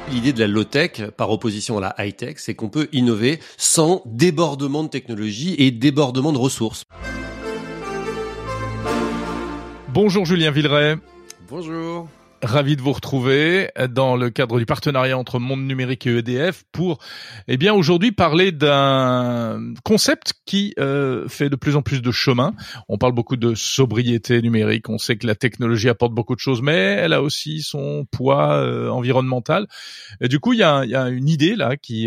L'idée de la low-tech, par opposition à la high-tech, c'est qu'on peut innover sans débordement de technologie et débordement de ressources. Bonjour Julien Villeray. Bonjour. Ravi de vous retrouver dans le cadre du partenariat entre Monde Numérique et EDF pour, aujourd'hui parler d'un concept qui fait de plus en plus de chemin. On parle beaucoup de sobriété numérique. On sait que la technologie apporte beaucoup de choses, mais elle a aussi son poids environnemental. Et du coup, il y a une idée là qui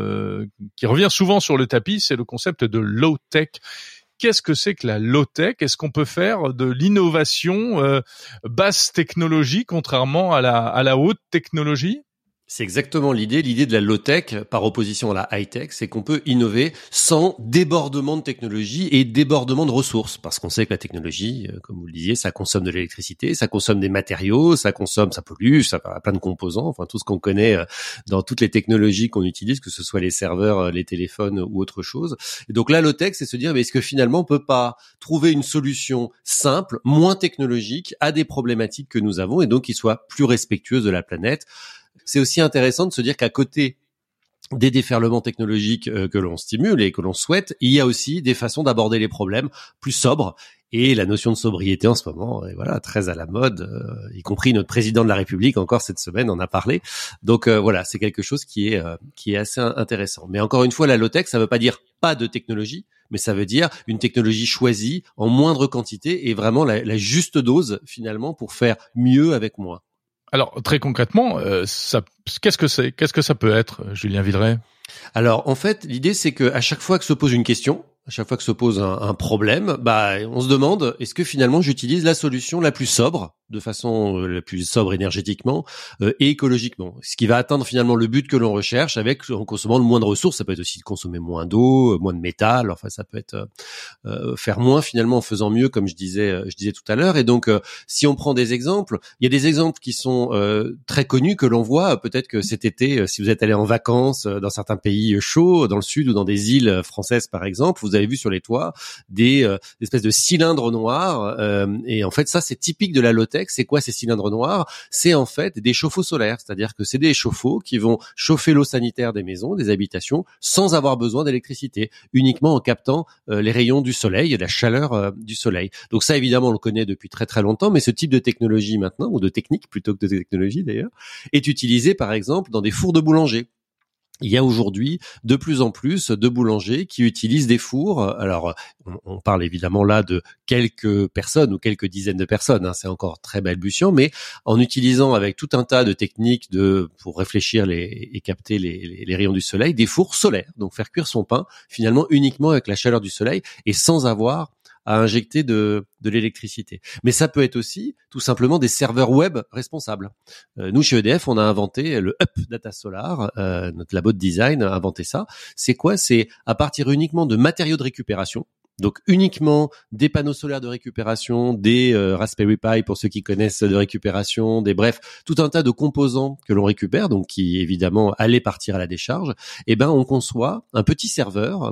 revient souvent sur le tapis, c'est le concept de low-tech. Qu'est-ce que c'est que la low-tech ? Est-ce qu'on peut faire de l'innovation basse technologie contrairement à la haute technologie ? C'est exactement l'idée. L'idée de la low-tech, par opposition à la high-tech, c'est qu'on peut innover sans débordement de technologie et débordement de ressources. Parce qu'on sait que la technologie, comme vous le disiez, ça consomme de l'électricité, ça consomme des matériaux, ça pollue, ça a plein de composants, enfin tout ce qu'on connaît dans toutes les technologies qu'on utilise, que ce soit les serveurs, les téléphones ou autre chose. Et donc la low-tech, c'est se dire, mais est-ce que finalement on peut pas trouver une solution simple, moins technologique à des problématiques que nous avons et donc qui soit plus respectueuse de la planète? C'est aussi intéressant de se dire qu'à côté des déferlements technologiques que l'on stimule et que l'on souhaite, il y a aussi des façons d'aborder les problèmes plus sobres. Et la notion de sobriété en ce moment est très à la mode, y compris notre président de la République encore cette semaine en a parlé. Donc c'est quelque chose qui est assez intéressant. Mais encore une fois, la low-tech, ça veut pas dire pas de technologie, mais ça veut dire une technologie choisie en moindre quantité et vraiment la juste dose finalement pour faire mieux avec moins. Alors, très concrètement, qu'est-ce que c'est ? Qu'est-ce que ça peut être, Julien Villeray ? Alors, en fait, l'idée, c'est que à chaque fois que se pose une question, à chaque fois que se pose un problème, on se demande, est-ce que finalement j'utilise la solution la plus sobre, de façon la plus sobre énergétiquement et écologiquement, ce qui va atteindre finalement le but que l'on recherche en consommant le moins de ressources. Ça peut être aussi de consommer moins d'eau, moins de métal, enfin ça peut être faire moins finalement en faisant mieux, comme je disais tout à l'heure. Et donc si on prend des exemples, il y a des exemples qui sont très connus que l'on voit peut-être que cet été, si vous êtes allé en vacances dans certains pays chauds, dans le sud ou dans des îles françaises par exemple, vous avez vu sur les toits des espèces de cylindres noirs et en fait ça c'est typique de la low-tech. C'est quoi ces cylindres noirs ? C'est en fait des chauffe-eau solaires, c'est-à-dire que c'est des chauffe-eau qui vont chauffer l'eau sanitaire des maisons, des habitations, sans avoir besoin d'électricité, uniquement en captant les rayons du soleil et la chaleur du soleil. Donc ça, évidemment, on le connaît depuis très très longtemps, mais ce type de technologie maintenant, ou de technique plutôt que de technologie d'ailleurs, est utilisé par exemple dans des fours de boulanger. Il y a aujourd'hui de plus en plus de boulangers qui utilisent des fours. Alors, on parle évidemment là de quelques personnes ou quelques dizaines de personnes, c'est encore très balbutiant, mais en utilisant avec tout un tas de techniques pour réfléchir et capter les rayons du soleil, des fours solaires, donc faire cuire son pain finalement uniquement avec la chaleur du soleil et sans avoir à injecter de l'électricité. Mais ça peut être aussi tout simplement des serveurs web responsables. Nous, chez EDF, on a inventé le Up Data Solar, notre labo de design a inventé ça. C'est quoi ? C'est à partir uniquement de matériaux de récupération, donc uniquement des panneaux solaires de récupération, des Raspberry Pi pour ceux qui connaissent de récupération, tout un tas de composants que l'on récupère, donc qui évidemment allaient partir à la décharge. Et on conçoit un petit serveur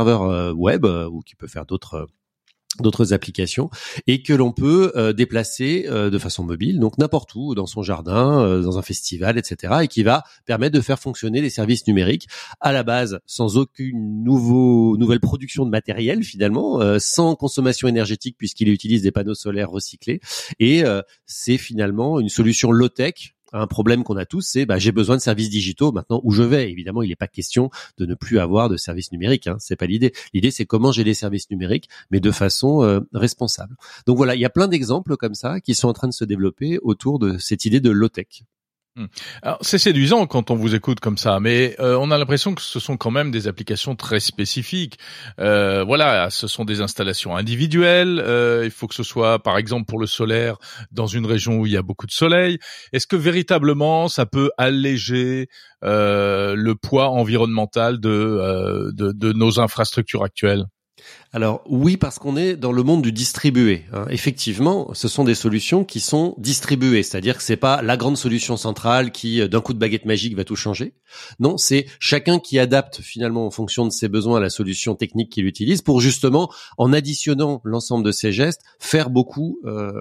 web ou qui peut faire d'autres applications et que l'on peut déplacer de façon mobile, donc n'importe où, dans son jardin, dans un festival, etc. et qui va permettre de faire fonctionner les services numériques à la base sans aucune nouvelle production de matériel finalement, sans consommation énergétique puisqu'il utilise des panneaux solaires recyclés et c'est finalement une solution low-tech un problème qu'on a tous, c'est j'ai besoin de services digitaux maintenant où je vais. Évidemment, il n'est pas question de ne plus avoir de services numériques, c'est pas l'idée. L'idée, c'est comment j'ai des services numériques, mais de façon responsable. Donc voilà, il y a plein d'exemples comme ça qui sont en train de se développer autour de cette idée de low-tech. Alors, c'est séduisant quand on vous écoute comme ça, mais on a l'impression que ce sont quand même des applications très spécifiques. Ce sont des installations individuelles. Il faut que ce soit, par exemple, pour le solaire, dans une région où il y a beaucoup de soleil. Est-ce que véritablement ça peut alléger le poids environnemental de nos infrastructures actuelles ? Alors oui, parce qu'on est dans le monde du distribué, hein. Effectivement, ce sont des solutions qui sont distribuées, c'est-à-dire que c'est pas la grande solution centrale qui, d'un coup de baguette magique, va tout changer. Non, c'est chacun qui adapte finalement en fonction de ses besoins la solution technique qu'il utilise pour justement, en additionnant l'ensemble de ces gestes, faire beaucoup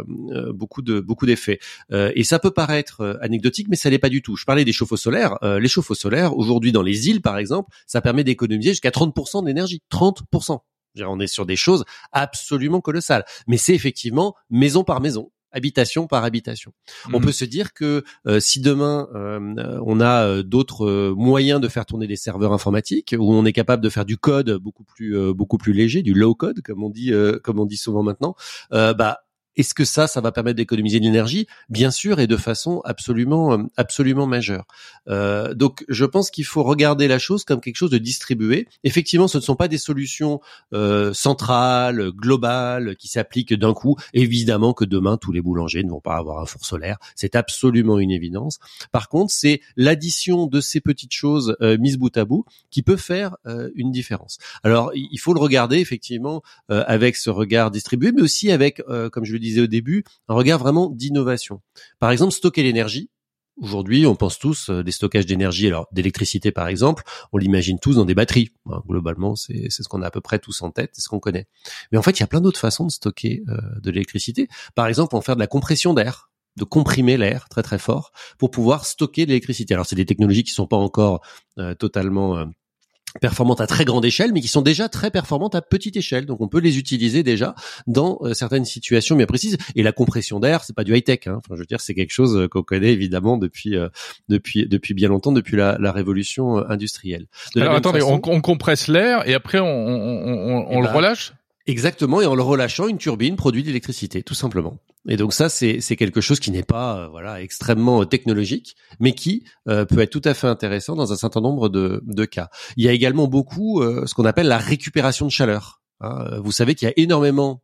d'effets. Et ça peut paraître anecdotique, mais ça l'est pas du tout. Je parlais des chauffe-eau solaires. Les chauffe-eau solaires, aujourd'hui dans les îles par exemple, ça permet d'économiser jusqu'à 30% d'énergie. 30%. On est sur des choses absolument colossales. Mais c'est effectivement maison par maison, habitation par habitation. On peut se dire que si demain on a d'autres moyens de faire tourner des serveurs informatiques, où on est capable de faire du code beaucoup plus léger, du low code comme on dit souvent maintenant, est-ce que ça va permettre d'économiser de l'énergie? Bien sûr, et de façon absolument majeure. Donc, je pense qu'il faut regarder la chose comme quelque chose de distribué. Effectivement, ce ne sont pas des solutions centrales, globales, qui s'appliquent d'un coup. Évidemment que demain, tous les boulangers ne vont pas avoir un four solaire. C'est absolument une évidence. Par contre, c'est l'addition de ces petites choses mises bout à bout qui peut faire une différence. Alors, il faut le regarder effectivement avec ce regard distribué, mais aussi avec, comme je le disais au début, un regard vraiment d'innovation. Par exemple, stocker l'énergie. Aujourd'hui, on pense tous des stockages d'énergie, alors d'électricité par exemple, on l'imagine tous dans des batteries. Globalement, c'est ce qu'on a à peu près tous en tête, c'est ce qu'on connaît. Mais en fait, il y a plein d'autres façons de stocker de l'électricité. Par exemple, on fait de la compression d'air, de comprimer l'air très très fort pour pouvoir stocker de l'électricité. Alors, c'est des technologies qui sont pas encore totalement performantes à très grande échelle, mais qui sont déjà très performantes à petite échelle. Donc, on peut les utiliser déjà dans certaines situations bien précises. Et la compression d'air, c'est pas du high-tech, hein. Enfin, je veux dire, c'est quelque chose qu'on connaît évidemment depuis bien longtemps, depuis la révolution industrielle. Alors, attendez, on compresse l'air et après on le relâche? Exactement, et en le relâchant, une turbine produit de l'électricité, tout simplement. Et donc ça, c'est quelque chose qui n'est pas extrêmement technologique, mais qui peut être tout à fait intéressant dans un certain nombre de cas. Il y a également beaucoup ce qu'on appelle la récupération de chaleur. Vous savez qu'il y a énormément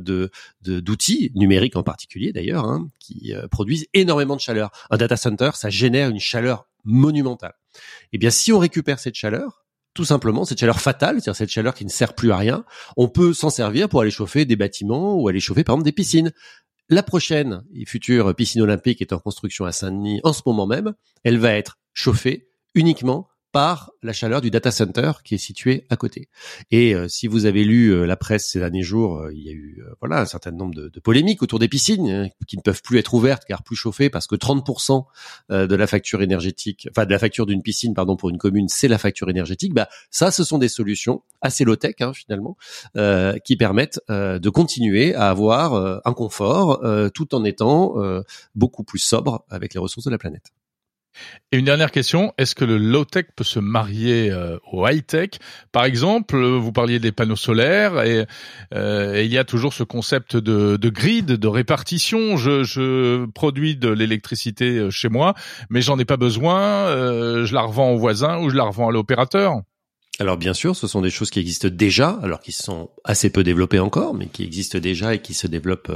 d'outils numériques en particulier d'ailleurs qui produisent énormément de chaleur. Un data center, ça génère une chaleur monumentale. Eh bien, si on récupère cette chaleur, tout simplement, cette chaleur fatale, c'est-à-dire cette chaleur qui ne sert plus à rien, on peut s'en servir pour aller chauffer des bâtiments ou aller chauffer par exemple des piscines. La prochaine et future piscine olympique est en construction à Saint-Denis en ce moment même. Elle va être chauffée uniquement par la chaleur du data center qui est situé à côté. Et si vous avez lu la presse ces derniers jours, il y a eu un certain nombre de polémiques autour des piscines qui ne peuvent plus être ouvertes car plus chauffées parce que 30% de la facture énergétique, enfin de la facture d'une piscine pour une commune, c'est la facture énergétique. Ça, ce sont des solutions assez low-tech finalement qui permettent de continuer à avoir un confort tout en étant beaucoup plus sobre avec les ressources de la planète. Et une dernière question, est-ce que le low-tech peut se marier au high-tech? Par exemple, vous parliez des panneaux solaires et il y a toujours ce concept de grid, de répartition. Je produis de l'électricité chez moi, mais j'en ai pas besoin, je la revends au voisin ou je la revends à l'opérateur. Alors bien sûr, ce sont des choses qui existent déjà, alors qui sont assez peu développées encore, mais qui existent déjà et qui se développent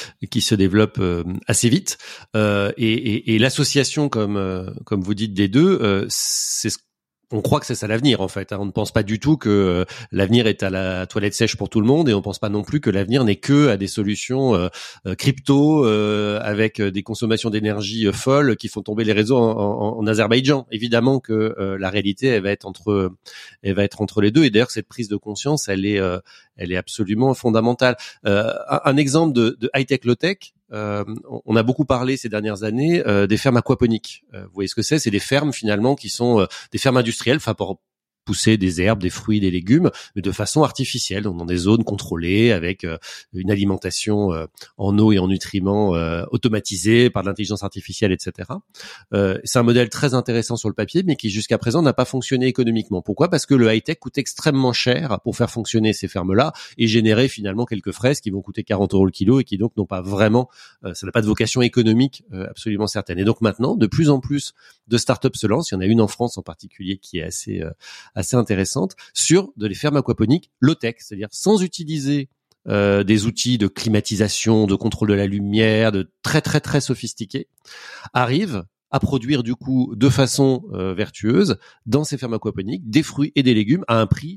assez vite. Et l'association, comme vous dites, des deux, on croit que c'est ça l'avenir en fait. On ne pense pas du tout que l'avenir est à la toilette sèche pour tout le monde, et on pense pas non plus que l'avenir n'est que à des solutions crypto avec des consommations d'énergie folles qui font tomber les réseaux en Azerbaïdjan. Évidemment que la réalité elle va être entre les deux. Et d'ailleurs cette prise de conscience elle est absolument fondamentale. Un exemple de high tech low tech. On a beaucoup parlé ces dernières années des fermes aquaponiques. Vous voyez ce que c'est? C'est des fermes finalement qui sont des fermes industrielles, pour pousser des herbes, des fruits, des légumes, mais de façon artificielle, donc dans des zones contrôlées, avec une alimentation en eau et en nutriments automatisée par l'intelligence artificielle, etc. C'est un modèle très intéressant sur le papier, mais qui jusqu'à présent n'a pas fonctionné économiquement. Pourquoi? Parce que le high-tech coûte extrêmement cher pour faire fonctionner ces fermes-là et générer finalement quelques fraises qui vont coûter 40 € le kilo et qui donc n'ont pas vraiment, ça n'a pas de vocation économique absolument certaine. Et donc maintenant, de plus en plus de startups se lancent. Il y en a une en France en particulier qui est assez intéressante sur les fermes aquaponiques low-tech, c'est-à-dire sans utiliser des outils de climatisation, de contrôle de la lumière, de très très très sophistiqués, arrivent à produire du coup de façon vertueuse dans ces fermes aquaponiques des fruits et des légumes à un prix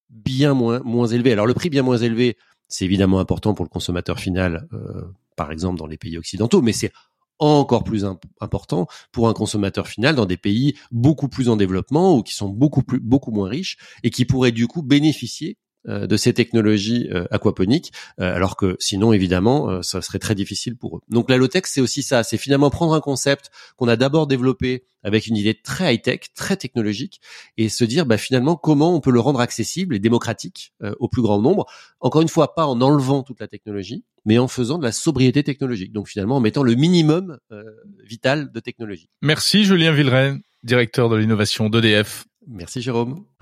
bien moins élevé. Alors le prix bien moins élevé, c'est évidemment important pour le consommateur final, par exemple dans les pays occidentaux, mais c'est encore plus important pour un consommateur final dans des pays beaucoup plus en développement ou qui sont beaucoup moins riches et qui pourraient du coup bénéficier de ces technologies aquaponiques, alors que sinon évidemment ça serait très difficile pour eux. Donc la low-tech, c'est aussi ça, c'est finalement prendre un concept qu'on a d'abord développé avec une idée très high-tech, très technologique, et se dire finalement comment on peut le rendre accessible et démocratique au plus grand nombre. Encore une fois, pas en enlevant toute la technologie, mais en faisant de la sobriété technologique. Donc finalement en mettant le minimum vital de technologie. Merci Julien Villeray, directeur de l'innovation d'EDF. Merci Jérôme.